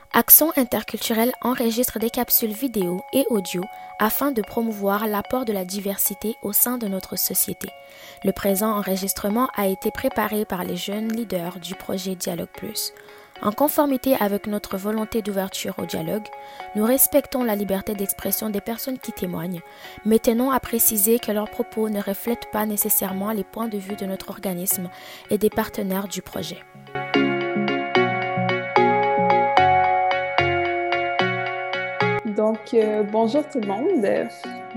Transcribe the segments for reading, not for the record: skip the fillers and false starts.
Accent interculturel enregistre des capsules vidéo et audio afin de promouvoir l'apport de la diversité au sein de notre société. Le présent enregistrement a été préparé par les jeunes leaders du projet Dialogue Plus. En conformité avec notre volonté d'ouverture au dialogue, nous respectons la liberté d'expression des personnes qui témoignent, mais tenons à préciser que leurs propos ne reflètent pas nécessairement les points de vue de notre organisme et des partenaires du projet. Donc, bonjour tout le monde.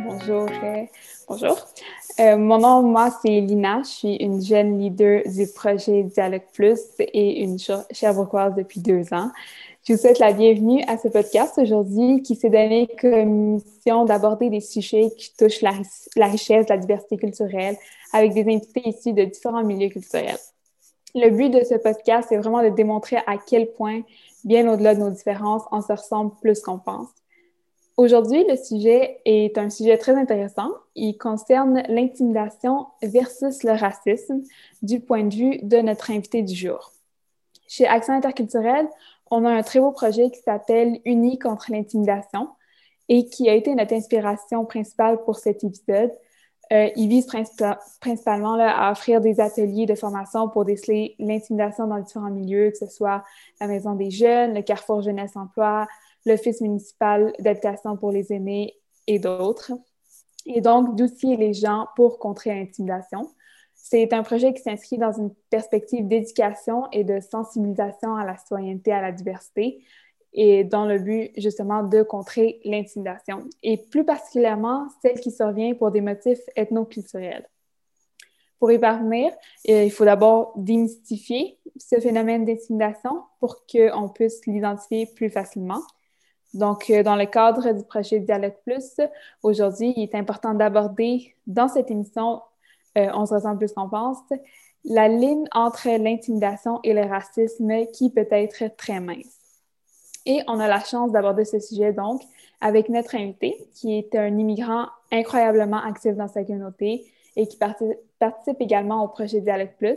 Bonjour. Mon nom, moi, c'est Lina. Je suis une jeune leader du projet Dialogue Plus et une Sherbrookeoise depuis 2 ans. Je vous souhaite la bienvenue à ce podcast aujourd'hui qui s'est donné comme mission d'aborder des sujets qui touchent la richesse, la diversité culturelle avec des invités issus de différents milieux culturels. Le but de ce podcast, c'est vraiment de démontrer à quel point, bien au-delà de nos différences, on se ressemble plus qu'on pense. Aujourd'hui, le sujet est un sujet très intéressant. Il concerne l'intimidation versus le racisme du point de vue de notre invité du jour. Chez Accent interculturel, on a un très beau projet qui s'appelle Unis contre l'intimidation et qui a été notre inspiration principale pour cet épisode. Il vise principalement à offrir des ateliers de formation pour déceler l'intimidation dans différents milieux, que ce soit la Maison des jeunes, le Carrefour Jeunesse Emploi, l'Office municipal d'habitation pour les aînés et d'autres. Et donc, d'outiller les gens pour contrer l'intimidation. C'est un projet qui s'inscrit dans une perspective d'éducation et de sensibilisation à la citoyenneté, à la diversité, et dans le but, justement, de contrer l'intimidation, et plus particulièrement celle qui survient pour des motifs ethnoculturels. Pour y parvenir, il faut d'abord démystifier ce phénomène d'intimidation pour qu'on puisse l'identifier plus facilement. Donc, dans le cadre du projet Dialogue Plus, aujourd'hui, il est important d'aborder dans cette émission, on se ressemble plus qu'on pense, la ligne entre l'intimidation et le racisme qui peut être très mince. Et on a la chance d'aborder ce sujet, donc, avec notre invité, qui est un immigrant incroyablement actif dans sa communauté et qui participe également au projet Dialogue Plus.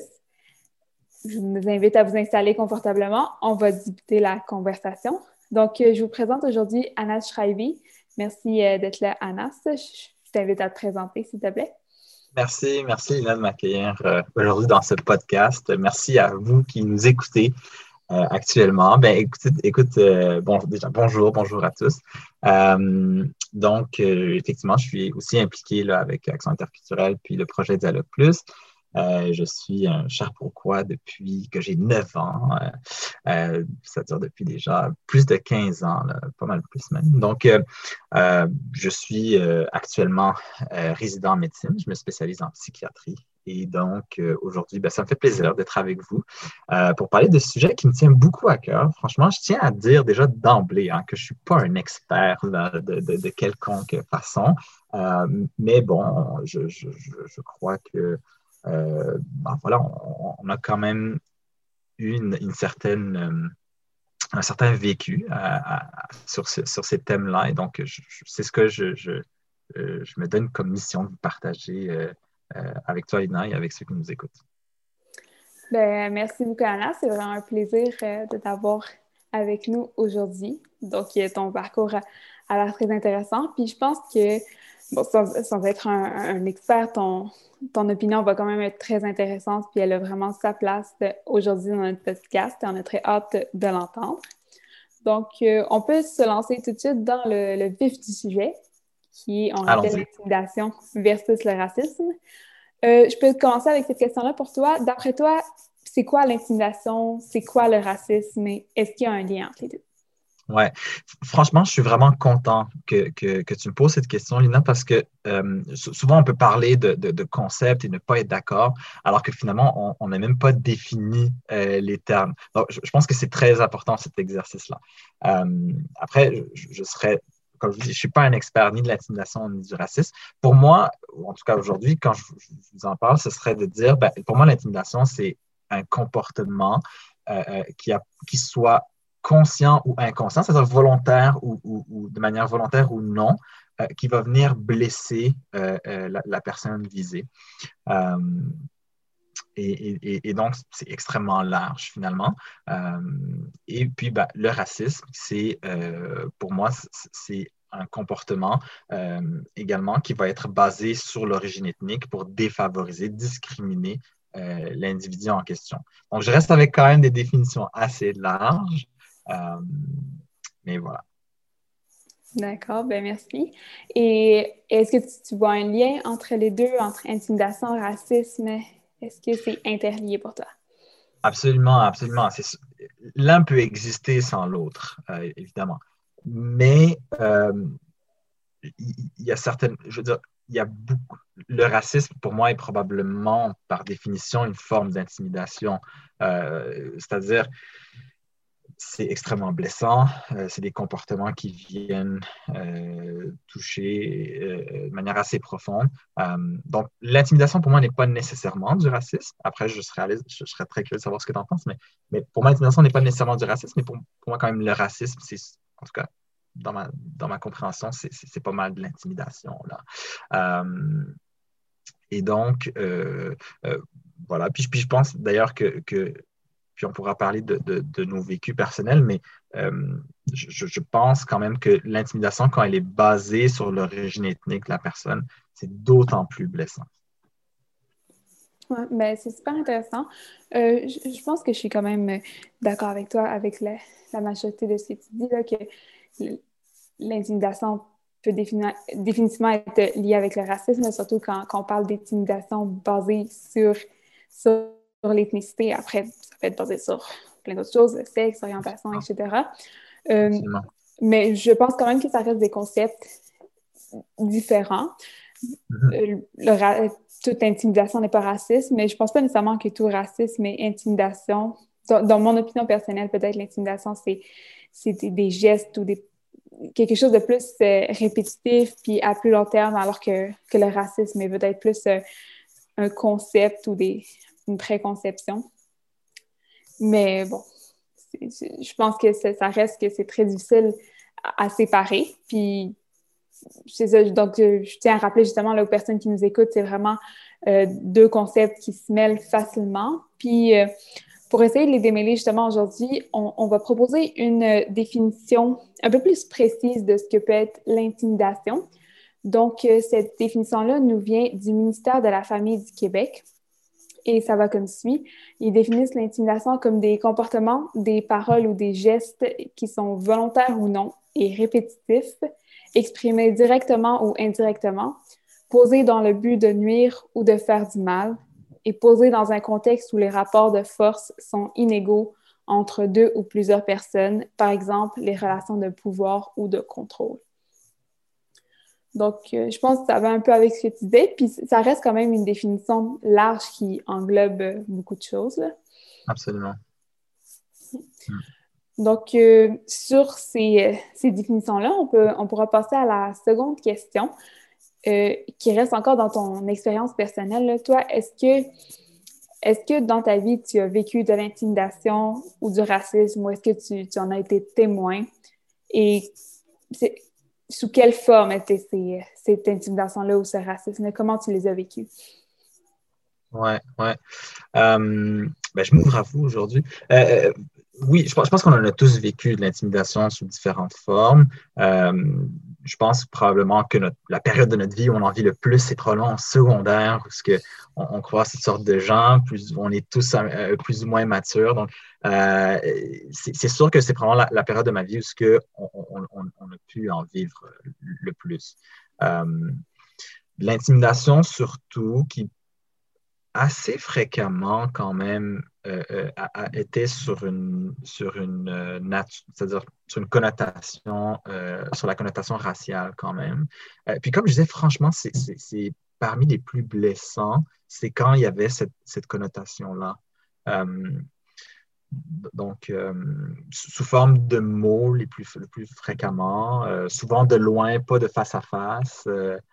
Je vous invite à vous installer confortablement. On va débuter la conversation. Donc, je vous présente aujourd'hui Anas Shraibi. Merci d'être là, Anas. Je t'invite à te présenter, s'il te plaît. Merci Lina de m'accueillir aujourd'hui dans ce podcast. Merci à vous qui nous écoutez actuellement. Déjà, bonjour à tous. Effectivement, je suis aussi impliqué là, avec Accent interculturel puis le projet Dialogue Plus. Je suis un Sherbrookeois depuis que j'ai 9 ans. Ça dure depuis déjà plus de 15 ans, là, pas mal plus même. Donc, je suis actuellement résident en médecine. Je me spécialise en psychiatrie. Et donc, aujourd'hui, ça me fait plaisir d'être avec vous pour parler de ce sujet qui me tient beaucoup à cœur. Franchement, je tiens à dire déjà d'emblée que je ne suis pas un expert là, de quelconque façon. Mais bon, je crois que on a quand même eu un certain vécu sur ces thèmes-là. Et donc, c'est ce que je me donne comme mission de vous partager avec toi, Lina, et avec ceux qui nous écoutent. Merci beaucoup, Anna. C'est vraiment un plaisir de t'avoir avec nous aujourd'hui. Donc, ton parcours a l'air très intéressant. Puis, je pense que, sans être un expert, ton opinion va quand même être très intéressante. Puis, elle a vraiment sa place aujourd'hui dans notre podcast. Et on a très hâte de l'entendre. Donc, on peut se lancer tout de suite dans le vif du sujet, qui est, on rappelle, l'intimidation versus le racisme. Je peux commencer avec cette question-là pour toi. D'après toi, c'est quoi l'intimidation? C'est quoi le racisme? Est-ce qu'il y a un lien entre les deux? Oui. Franchement, je suis vraiment content que tu me poses cette question, Lina, parce que souvent, on peut parler de concepts et ne pas être d'accord, alors que finalement, on n'a même pas défini les termes. Donc, je pense que c'est très important, cet exercice-là. Après, je serais... Comme je vous dis, je ne suis pas un expert ni de l'intimidation ni du racisme. Pour moi, ou en tout cas aujourd'hui, quand je vous en parle, ce serait de dire, pour moi, l'intimidation, c'est un comportement qui soit conscient ou inconscient, c'est-à-dire volontaire ou de manière volontaire ou non, qui va venir blesser la personne visée. Et donc, c'est extrêmement large finalement. Et puis, le racisme, pour moi, c'est un comportement également qui va être basé sur l'origine ethnique pour défavoriser, discriminer l'individu en question. Donc, je reste avec quand même des définitions assez larges, mais voilà. D'accord, ben merci. Et est-ce que tu vois un lien entre les deux, entre intimidation et racisme? Est-ce que c'est interlié pour toi? Absolument, absolument. L'un peut exister sans l'autre, évidemment. Mais il y a certaines, je veux dire, il y a beaucoup. Le racisme, pour moi, est probablement, par définition, une forme d'intimidation. C'est-à-dire, c'est extrêmement blessant. C'est des comportements qui viennent toucher de manière assez profonde. Donc, l'intimidation, pour moi, n'est pas nécessairement du racisme. Après, je serais très curieux de savoir ce que tu en penses, mais pour moi, l'intimidation n'est pas nécessairement du racisme, mais pour moi, quand même, le racisme, c'est, en tout cas, dans ma compréhension, c'est pas mal de l'intimidation, là. Et donc, voilà. Puis je pense d'ailleurs que puis on pourra parler de nos vécus personnels, mais je pense quand même que l'intimidation, quand elle est basée sur l'origine ethnique de la personne, c'est d'autant plus blessant. Ouais, ben, c'est super intéressant. Je pense que je suis quand même d'accord avec toi, avec la majorité de ce que tu dis, là, que l'intimidation peut définitivement être liée avec le racisme, surtout quand on parle d'intimidation basée sur l'ethnicité. Après, ça peut être basé sur plein d'autres choses, le sexe, l'orientation, etc. Absolument. Mais je pense quand même que ça reste des concepts différents. Toute intimidation n'est pas raciste, mais je pense pas nécessairement que tout racisme est intimidation. Dans mon opinion personnelle, peut-être l'intimidation, c'est des gestes ou quelque chose de plus répétitif puis à plus long terme, alors que le racisme est peut-être plus un concept ou une préconception. Mais bon, je pense que ça reste que c'est très difficile à séparer. Puis c'est ça, donc je tiens à rappeler justement là, aux personnes qui nous écoutent, c'est vraiment deux concepts qui se mêlent facilement. Puis pour essayer de les démêler justement aujourd'hui, on va proposer une définition un peu plus précise de ce que peut être l'intimidation. Donc cette définition-là nous vient du ministère de la Famille du Québec. Et ça va comme suit. Ils définissent l'intimidation comme des comportements, des paroles ou des gestes qui sont volontaires ou non et répétitifs, exprimés directement ou indirectement, posés dans le but de nuire ou de faire du mal et posés dans un contexte où les rapports de force sont inégaux entre deux ou plusieurs personnes, par exemple les relations de pouvoir ou de contrôle. Donc, je pense que ça va un peu avec ce que tu disais, puis ça reste quand même une définition large qui englobe beaucoup de choses, là. Absolument. Donc, sur ces définitions-là, on pourra passer à la seconde question, qui reste encore dans ton expérience personnelle, là. Toi, est-ce que dans ta vie, tu as vécu de l'intimidation ou du racisme, ou est-ce que tu en as été témoin? Et sous quelle forme était cette intimidation-là ou ce racisme? Comment tu les as vécus? Ouais. Je m'ouvre à vous aujourd'hui. Oui, je pense qu'on en a tous vécu de l'intimidation sous différentes formes. Je pense probablement que la période de notre vie où on en vit le plus, c'est probablement en secondaire, parce on croise toutes sortes de gens, on est tous plus ou moins matures. Donc, c'est sûr que c'est probablement la période de ma vie où on a pu en vivre le plus. L'intimidation surtout, qui assez fréquemment quand même était c'est-à-dire sur une connotation, sur la connotation raciale quand même. Puis comme je disais, franchement, c'est parmi les plus blessants, c'est quand il y avait cette connotation-là. Donc, sous forme de mots le plus fréquemment, souvent de loin, pas de face à face.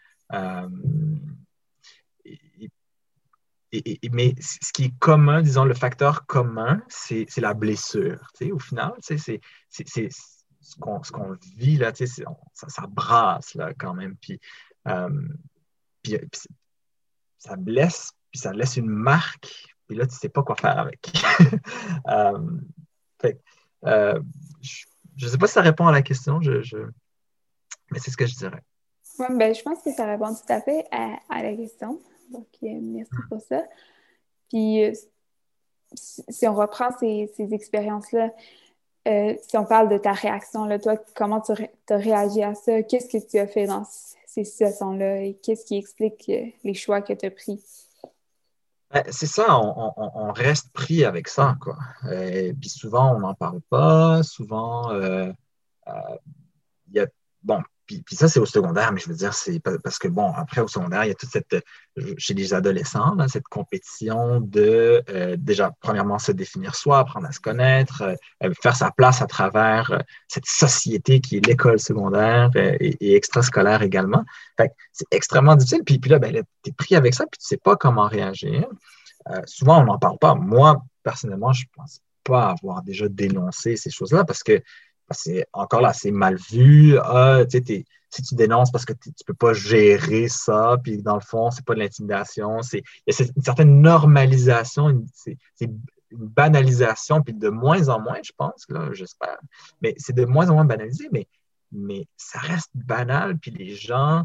Mais ce qui est commun, disons, le facteur commun, c'est la blessure. Au final, c'est ce qu'on vit là, ça brasse là, quand même. Puis ça blesse, puis ça laisse une marque puis là, tu ne sais pas quoi faire avec. Euh, fait, euh, je ne sais pas si ça répond à la question, mais c'est ce que je dirais. Ouais, ben, je pense que ça répond tout à fait à la question. Donc, merci pour ça. Puis, si on reprend ces expériences-là, si on parle de ta réaction, là, toi, comment tu as réagi à ça? Qu'est-ce que tu as fait dans ces situations-là et qu'est-ce qui explique les choix que tu as pris? C'est ça, on reste pris avec ça, quoi. Puis souvent, on n'en parle pas. Souvent, euh, il y a, bon, puis ça, c'est au secondaire, mais je veux dire, c'est parce que, bon, après, au secondaire, il y a toute cette, chez les adolescents, là, cette compétition de, déjà, premièrement, se définir soi, apprendre à se connaître, faire sa place à travers cette société qui est l'école secondaire et extrascolaire également. Fait que c'est extrêmement difficile. Puis là, ben, tu es pris avec ça, puis tu ne sais pas comment réagir. Souvent, on n'en parle pas. Moi, personnellement, je ne pense pas avoir déjà dénoncé ces choses-là parce que c'est encore là, c'est mal vu. Ah, si tu dénonces parce que tu ne peux pas gérer ça, puis dans le fond, c'est pas de l'intimidation. Il y a une certaine normalisation, c'est une banalisation, puis de moins en moins, je pense, là, j'espère. Mais c'est de moins en moins banalisé, mais ça reste banal, puis les gens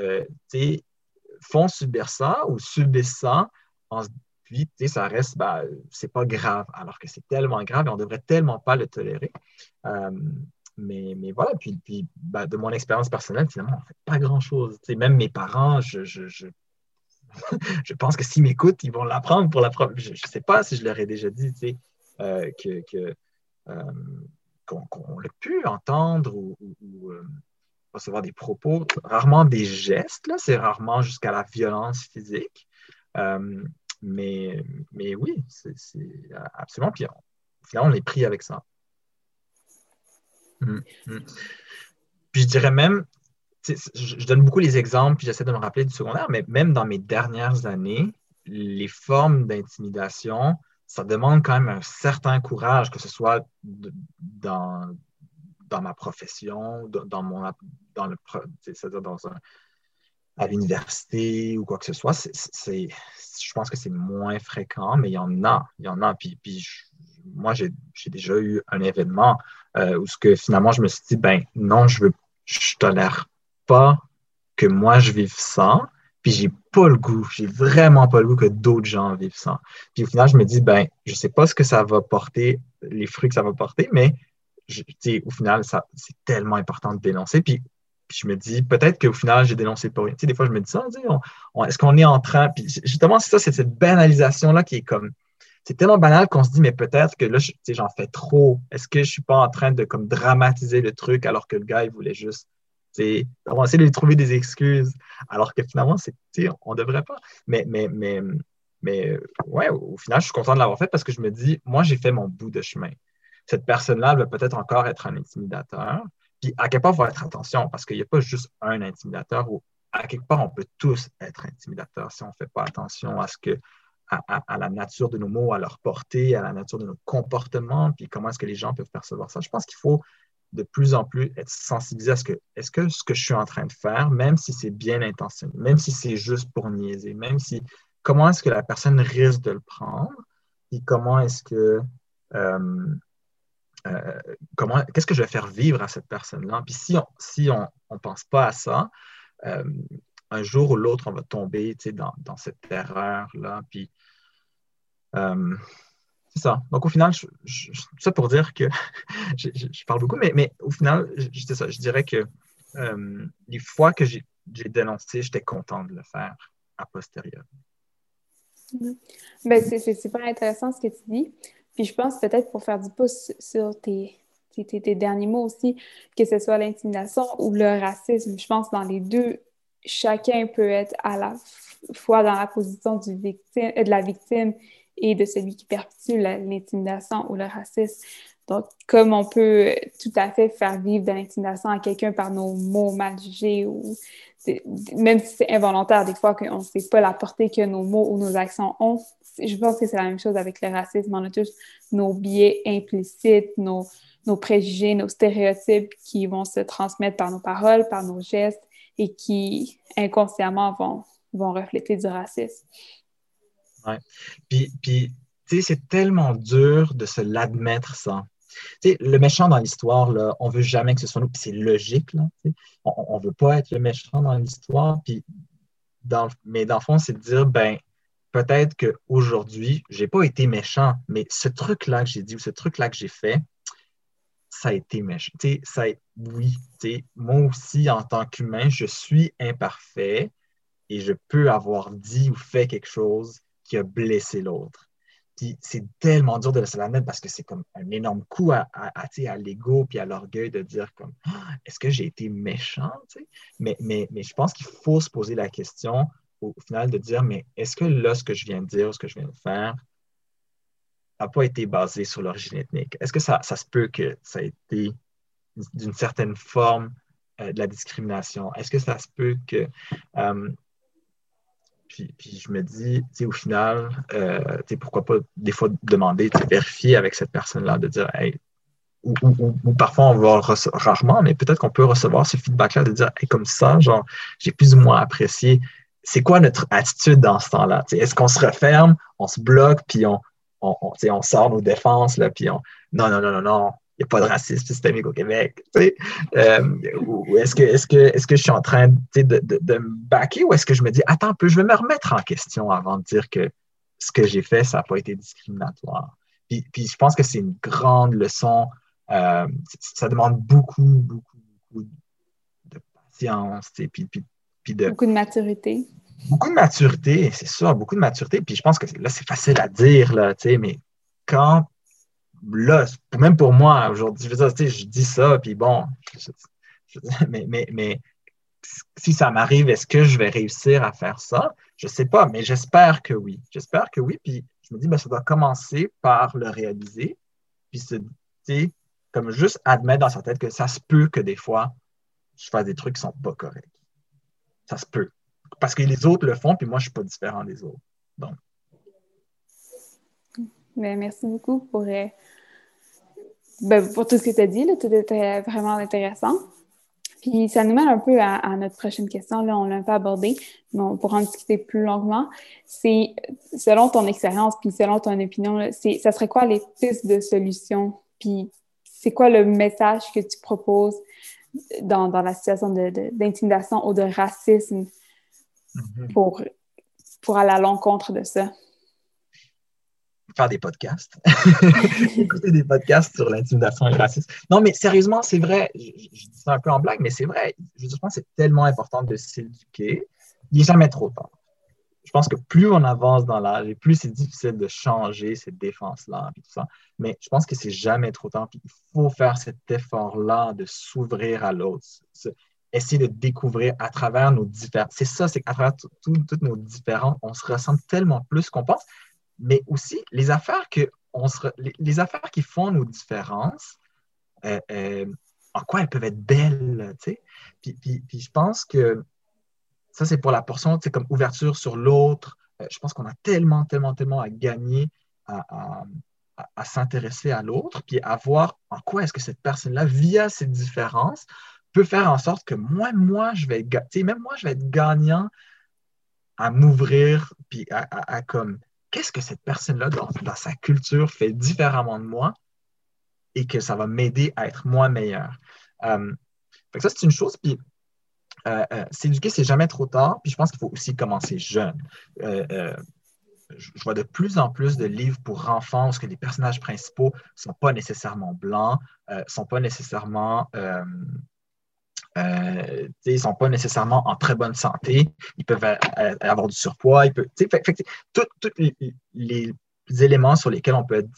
font subir ça ou subissent ça en se puis, tu sais, ça reste, ben, c'est pas grave, alors que c'est tellement grave et on devrait tellement pas le tolérer. Euh, mais voilà, puis ben, de mon expérience personnelle, finalement, on ne fait pas grand-chose. Tu sais, même mes parents, je pense que s'ils m'écoutent, ils vont l'apprendre pour la première. Je ne sais pas si je leur ai déjà dit, tu sais, euh, qu'on a pu entendre ou recevoir des propos, rarement des gestes, là, c'est rarement jusqu'à la violence physique. Euh, mais oui, c'est absolument. Puis finalement, on est pris avec ça. Mm, mm. Puis je dirais même, je donne beaucoup les exemples, puis j'essaie de me rappeler du secondaire, mais même dans mes dernières années, les formes d'intimidation, ça demande quand même un certain courage, que ce soit dans ma profession, dans le, c'est-à-dire à l'université ou quoi que ce soit. Je pense que c'est moins fréquent, mais il y en a. Il y en a. Puis moi, j'ai déjà eu un événement où ce que finalement, je me suis dit, ben non, je tolère pas que moi, je vive ça. Puis j'ai pas le goût, j'ai vraiment pas le goût que d'autres gens vivent ça. Puis au final, je me dis, ben, je sais pas ce que ça va porter, les fruits que ça va porter, mais au final, c'est tellement important de dénoncer. Puis je me dis, peut-être qu'au final, j'ai dénoncé pour rien. Des fois, je me dis ça, est-ce qu'on est en train. Puis justement, c'est ça, c'est cette banalisation-là qui est comme. C'est tellement banal qu'on se dit, mais peut-être que là, j'en fais trop. Est-ce que je ne suis pas en train de comme dramatiser le truc alors que le gars, il voulait juste. On va essayer de lui trouver des excuses. Alors que finalement, on ne devrait pas. Mais ouais, au final, je suis content de l'avoir fait parce que je me dis, moi, j'ai fait mon bout de chemin. Cette personne-là, elle va peut-être encore être un intimidateur. Puis à quelque part, il faut faire attention parce qu'il n'y a pas juste un intimidateur ou à quelque part, on peut tous être intimidateurs si on ne fait pas attention à la nature de nos mots, à leur portée, à la nature de nos comportements, puis comment est-ce que les gens peuvent percevoir ça. Je pense qu'il faut de plus en plus être sensibilisé à est-ce que ce que je suis en train de faire, même si c'est bien intentionné, même si c'est juste pour niaiser, même si, comment est-ce que la personne risque de le prendre, puis comment est-ce que qu'est-ce que je vais faire vivre à cette personne-là? Puis si on ne pense pas à ça, euh, un jour ou l'autre, on va tomber dans cette erreur-là. Puis c'est ça. Donc au final, tout ça pour dire que je parle beaucoup, mais au final, c'est ça. Je dirais que les fois que j'ai dénoncé, j'étais content de le faire a posteriori. Ben, c'est super intéressant ce que tu dis. Puis je pense peut-être pour faire du pouce sur tes derniers mots aussi, que ce soit l'intimidation ou le racisme, je pense dans les deux, chacun peut être à la fois dans la position de la victime et de celui qui perpétue l'intimidation ou le racisme. Donc, comme on peut tout à fait faire vivre de l'intimidation à quelqu'un par nos mots mal jugés ou même si c'est involontaire, des fois qu'on ne sait pas la portée que nos mots ou nos actions ont, je pense que c'est la même chose avec le racisme. On a tous nos biais implicites, nos préjugés, nos stéréotypes qui vont se transmettre par nos paroles, par nos gestes et qui inconsciemment vont refléter du racisme. Ouais. Puis tu sais, c'est tellement dur de se l'admettre ça. Tu sais, le méchant dans l'histoire, là, on veut jamais que ce soit nous, puis c'est logique, là, tu sais. On veut pas être le méchant dans l'histoire, puis mais dans le fond, c'est de dire, ben, peut-être qu'aujourd'hui, j'ai pas été méchant, mais ce truc-là que j'ai dit ou ce truc-là que j'ai fait, ça a été méchant. Tu sais, oui, tu sais, moi aussi, en tant qu'humain, je suis imparfait et je peux avoir dit ou fait quelque chose qui a blessé l'autre. Puis c'est tellement dur de se la mettre parce que c'est comme un énorme coup tu sais, à l'ego puis à l'orgueil de dire comme ah, est-ce que j'ai été méchant? Tu sais? Mais je pense qu'il faut se poser la question au final de dire mais est-ce que là, ce que je viens de dire, ce que je viens de faire, n'a pas été basé sur l'origine ethnique? Est-ce que ça se peut que ça ait été d'une certaine forme de la discrimination? Est-ce que ça se peut que euh, puis je me dis, tu sais, au final, tu sais, pourquoi pas des fois demander, tu sais, vérifier avec cette personne-là, de dire, hey, ou parfois on va rarement, mais peut-être qu'on peut recevoir ce feedback-là, de dire, hey, comme ça, genre, j'ai plus ou moins apprécié. C'est quoi notre attitude dans ce temps-là? Tu sais, est-ce qu'on se referme, on se bloque, puis tu sais, on sort nos défenses, là, puis non, non, non, non, non, il n'y a pas de racisme systémique au Québec. Tu sais? Ou est-ce que je suis en train tu sais, de me baquer ou est-ce que je me dis, attends un peu, je vais me remettre en question avant de dire que ce que j'ai fait, ça n'a pas été discriminatoire. Puis je pense que c'est une grande leçon. Ça demande beaucoup, beaucoup, beaucoup de patience, tu sais, puis Beaucoup de maturité. beaucoup de maturité, c'est sûr, beaucoup de maturité. Puis je pense que là, c'est facile à dire, là, tu sais, mais quand là, même pour moi, aujourd'hui, je veux dire, tu sais, je dis ça, puis bon, mais si ça m'arrive, est-ce que je vais réussir à faire ça? Je ne sais pas, mais j'espère que oui. J'espère que oui, puis je me dis, ben, ça doit commencer par le réaliser, puis tu sais, comme juste admettre dans sa tête que ça se peut que des fois, je fasse des trucs qui ne sont pas corrects. Ça se peut. Parce que les autres le font, puis moi, je ne suis pas différent des autres. Donc. Mais merci beaucoup pour tout ce que tu as dit. Là, tout était vraiment intéressant. Puis ça nous mène un peu à notre prochaine question. Là, on l'a un peu abordé, mais on pourra en discuter plus longuement. C'est, selon ton expérience, puis selon ton opinion, là, ça serait quoi les pistes de solutions? Puis c'est quoi le message que tu proposes dans la situation d'intimidation ou de racisme Mm-hmm. pour aller à l'encontre de ça? Faire des podcasts, écouter des podcasts sur l'intimidation et le racisme. Non, mais sérieusement, c'est vrai, je dis ça un peu en blague, mais c'est vrai, je pense que c'est tellement important de s'éduquer. Il n'est jamais trop tard. Je pense que plus on avance dans l'âge et plus c'est difficile de changer cette défense-là et tout ça. Mais je pense que c'est jamais trop tard. Puis il faut faire cet effort-là de s'ouvrir à l'autre, essayer de découvrir à travers nos différences. C'est ça, c'est qu'à travers toutes nos différences, on se ressemble tellement plus qu'on pense. Mais aussi, les affaires les affaires qui font nos différences, en quoi elles peuvent être belles, tu sais. Puis je pense que ça, c'est pour la portion, tu sais, comme ouverture sur l'autre. Je pense qu'on a tellement, tellement, tellement à gagner à s'intéresser à l'autre, puis à voir en quoi est-ce que cette personne-là, via ses différences, peut faire en sorte que moi, je vais être, tu sais, même moi, je vais être gagnant à m'ouvrir, puis à comme, qu'est-ce que cette personne-là, dans sa culture, fait différemment de moi et que ça va m'aider à être moi meilleur. Fait que ça, c'est une chose. Puis s'éduquer, c'est jamais trop tard. Puis je pense qu'il faut aussi commencer jeune. Je vois de plus en plus de livres pour enfants où les personnages principaux ne sont pas nécessairement blancs, ne sont pas nécessairement ils ne sont pas nécessairement en très bonne santé, ils peuvent avoir du surpoids, tous les éléments sur lesquels on peut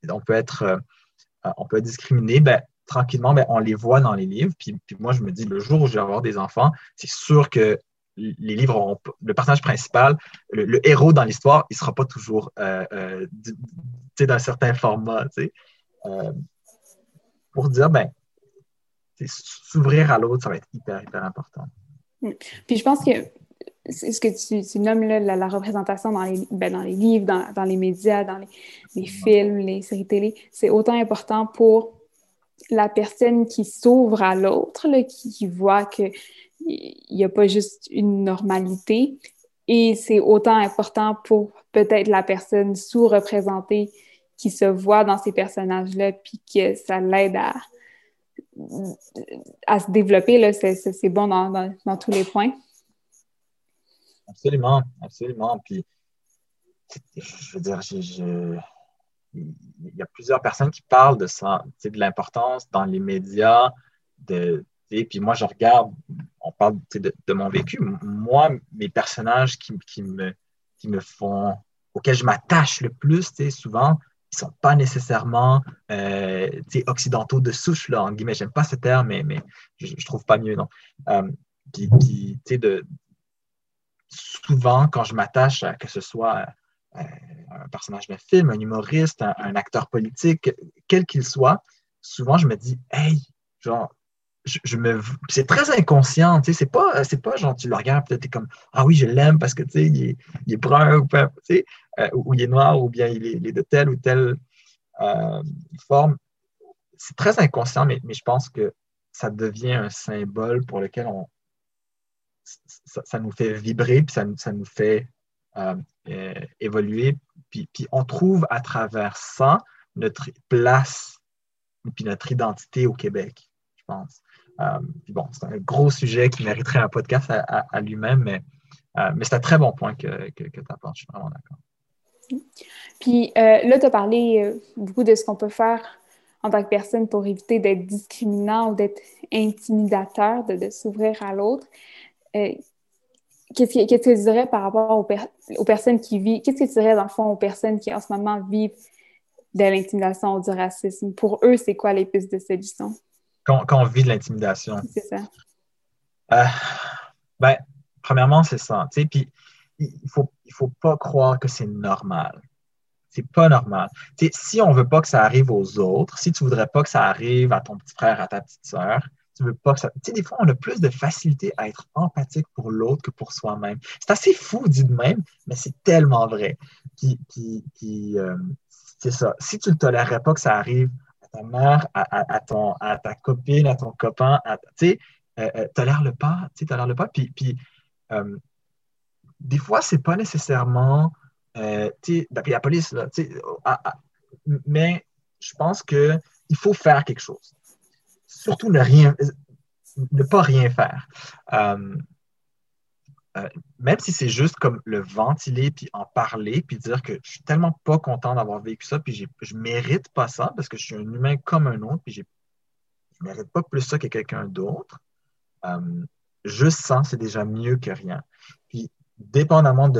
être discriminé, ben, tranquillement, ben, on les voit dans les livres. Puis moi, je me dis, le jour où je vais avoir des enfants, c'est sûr que les livres auront, le personnage principal, le héros dans l'histoire, il ne sera pas toujours d'un certain format. Pour dire, ben, s'ouvrir à l'autre, ça va être hyper, hyper important. Puis je pense que c'est ce que tu nommes là, la représentation dans les livres, dans les médias, dans les films, les séries télé, c'est autant important pour la personne qui s'ouvre à l'autre, là, qui voit qu'il n'y a pas juste une normalité Et c'est autant important pour peut-être la personne sous-représentée qui se voit dans ces personnages-là, puis que ça l'aide à se développer, là, c'est bon dans tous les points. Absolument, absolument. Puis, je veux dire, il y a plusieurs personnes qui parlent de ça, de l'importance dans les médias, puis moi, je regarde, on parle de mon vécu. Moi, mes personnages qui me font, auxquels je m'attache le plus, souvent, ils ne sont pas nécessairement occidentaux de souche, là, en guillemets. J'aime pas ce terme, mais je ne trouve pas mieux, non. Puis souvent, quand je m'attache à que ce soit un personnage de film, un humoriste, un acteur politique, quel qu'il soit, souvent je me dis, hey, genre, c'est très inconscient, tu sais, c'est pas genre tu le regardes, peut-être t'es comme, ah oui, je l'aime parce que, tu sais, il est brun, ou, tu sais, ou il est noir, ou bien il est de telle ou telle forme. C'est très inconscient, mais je pense que ça devient un symbole pour lequel ça nous fait vibrer, puis ça nous fait évoluer. Puis on trouve à travers ça notre place puis notre identité au Québec, je pense. Puis bon, c'est un gros sujet qui mériterait un podcast à lui-même, mais c'est un très bon point que tu apportes, je suis vraiment d'accord. Puis là, tu as parlé beaucoup de ce qu'on peut faire en tant que personne pour éviter d'être discriminant ou d'être intimidateur, de s'ouvrir à l'autre. Qu'est-ce que tu dirais par rapport aux personnes qui vivent, qu'est-ce que tu dirais dans le fond aux personnes qui en ce moment vivent de l'intimidation ou du racisme? Pour eux, c'est quoi les pistes de solution? Quand on vit de l'intimidation. C'est ça. Ben, premièrement, c'est ça. Tu sais, puis il faut pas croire que c'est normal. C'est pas normal. Tu sais, si on veut pas que ça arrive aux autres, si tu voudrais pas que ça arrive à ton petit frère, à ta petite sœur, tu veux pas que ça. Tu sais, des fois, on a plus de facilité à être empathique pour l'autre que pour soi-même. C'est assez fou dit de même, mais c'est tellement vrai. C'est ça. Si tu ne tolérerais pas que ça arrive à ta mère, à ta copine, à ton copain, tu sais, tolère-le pas. Tu sais, tolère-le pas. Euh, des fois, c'est pas nécessairement. D'appeler la police, là, mais je pense qu'il faut faire quelque chose. Surtout ne pas rien faire. Même si c'est juste comme le ventiler, puis en parler, puis dire que je suis tellement pas content d'avoir vécu ça, puis je mérite pas ça, parce que je suis un humain comme un autre, puis je mérite pas plus ça que quelqu'un d'autre. Juste ça, c'est déjà mieux que rien. Puis, dépendamment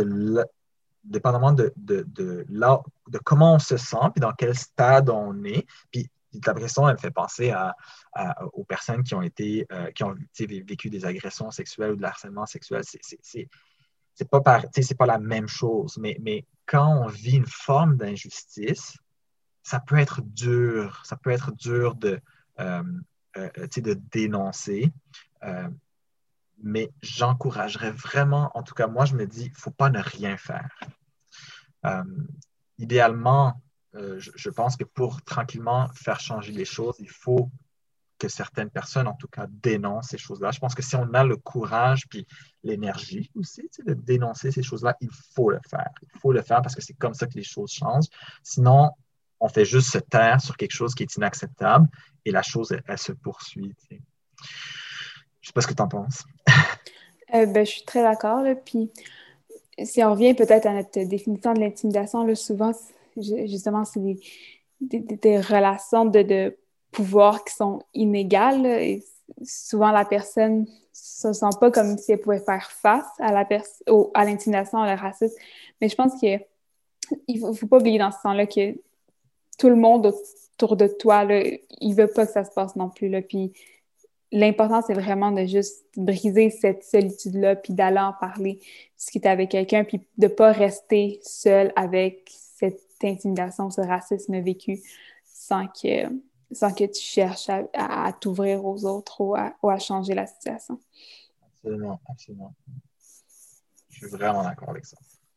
de comment on se sent, puis dans quel stade on est. Puis l'impression, elle me fait penser aux personnes qui ont vécu des agressions sexuelles ou de harcèlement sexuel. C'est pas la même chose, mais quand on vit une forme d'injustice, ça peut être dur. Ça peut être dur de dénoncer. Mais j'encouragerais vraiment, en tout cas, moi, je me dis, il ne faut pas ne rien faire. Idéalement, je pense que pour tranquillement faire changer les choses, il faut que certaines personnes, en tout cas, dénoncent ces choses-là. Je pense que si on a le courage puis l'énergie aussi de dénoncer ces choses-là, il faut le faire. Il faut le faire parce que c'est comme ça que les choses changent. Sinon, on fait juste se taire sur quelque chose qui est inacceptable et la chose, elle se poursuit. Je ne sais pas ce que tu en penses. Je suis très d'accord. Là. Puis, si on revient peut-être à notre définition de l'intimidation, là, souvent, justement, c'est des relations de pouvoir qui sont inégales. Là, et souvent, la personne ne se sent pas comme si elle pouvait faire face à l'intimidation, au racisme. Mais je pense qu'il ne faut pas oublier dans ce sens-là que tout le monde autour de toi, là, il ne veut pas que ça se passe non plus. Là. Puis, l'important, c'est vraiment de juste briser cette solitude-là, puis d'aller en parler, discuter avec quelqu'un, puis de ne pas rester seul avec cette intimidation, ce racisme vécu sans que tu cherches à t'ouvrir aux autres ou à changer la situation. Absolument, absolument. Je suis vraiment d'accord avec ça.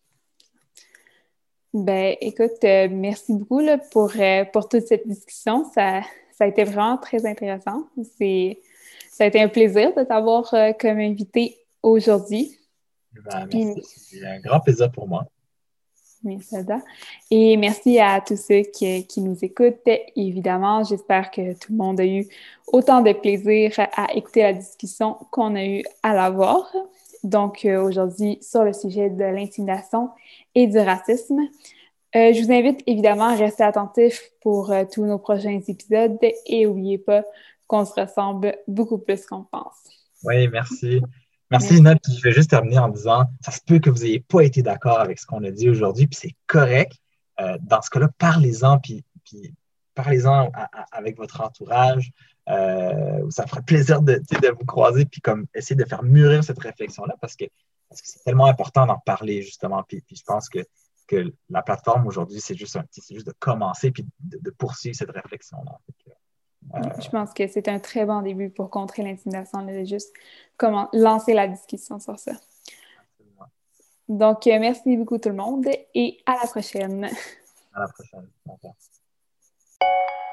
Ben, écoute, merci beaucoup là, pour toute cette discussion. Ça a été vraiment très intéressant. Ça a été un plaisir de t'avoir comme invité aujourd'hui. Ben, Puis, merci. C'est un grand plaisir pour moi. merci, Ada. Et merci à tous ceux qui nous écoutent. Évidemment, j'espère que tout le monde a eu autant de plaisir à écouter la discussion qu'on a eu à l'avoir. Donc, aujourd'hui, sur le sujet de l'intimidation et du racisme. Je vous invite évidemment à rester attentifs pour tous nos prochains épisodes et n'oubliez pas qu'on se ressemble beaucoup plus qu'on pense. Oui, merci. Merci, Merci. Lina. Puis je vais juste terminer en disant, ça se peut que vous n'ayez pas été d'accord avec ce qu'on a dit aujourd'hui, puis c'est correct. Dans ce cas-là, parlez-en, puis parlez-en avec votre entourage. Ça fera plaisir de vous croiser, puis comme essayer de faire mûrir cette réflexion-là, parce que c'est tellement important d'en parler, justement. Puis je pense que la plateforme aujourd'hui, c'est juste de commencer, puis de poursuivre cette réflexion-là. Je pense que c'est un très bon début pour contrer l'intimidation, de juste comment lancer la discussion sur ça. Absolument. Donc, merci beaucoup tout le monde et à la prochaine. À la prochaine. Au revoir.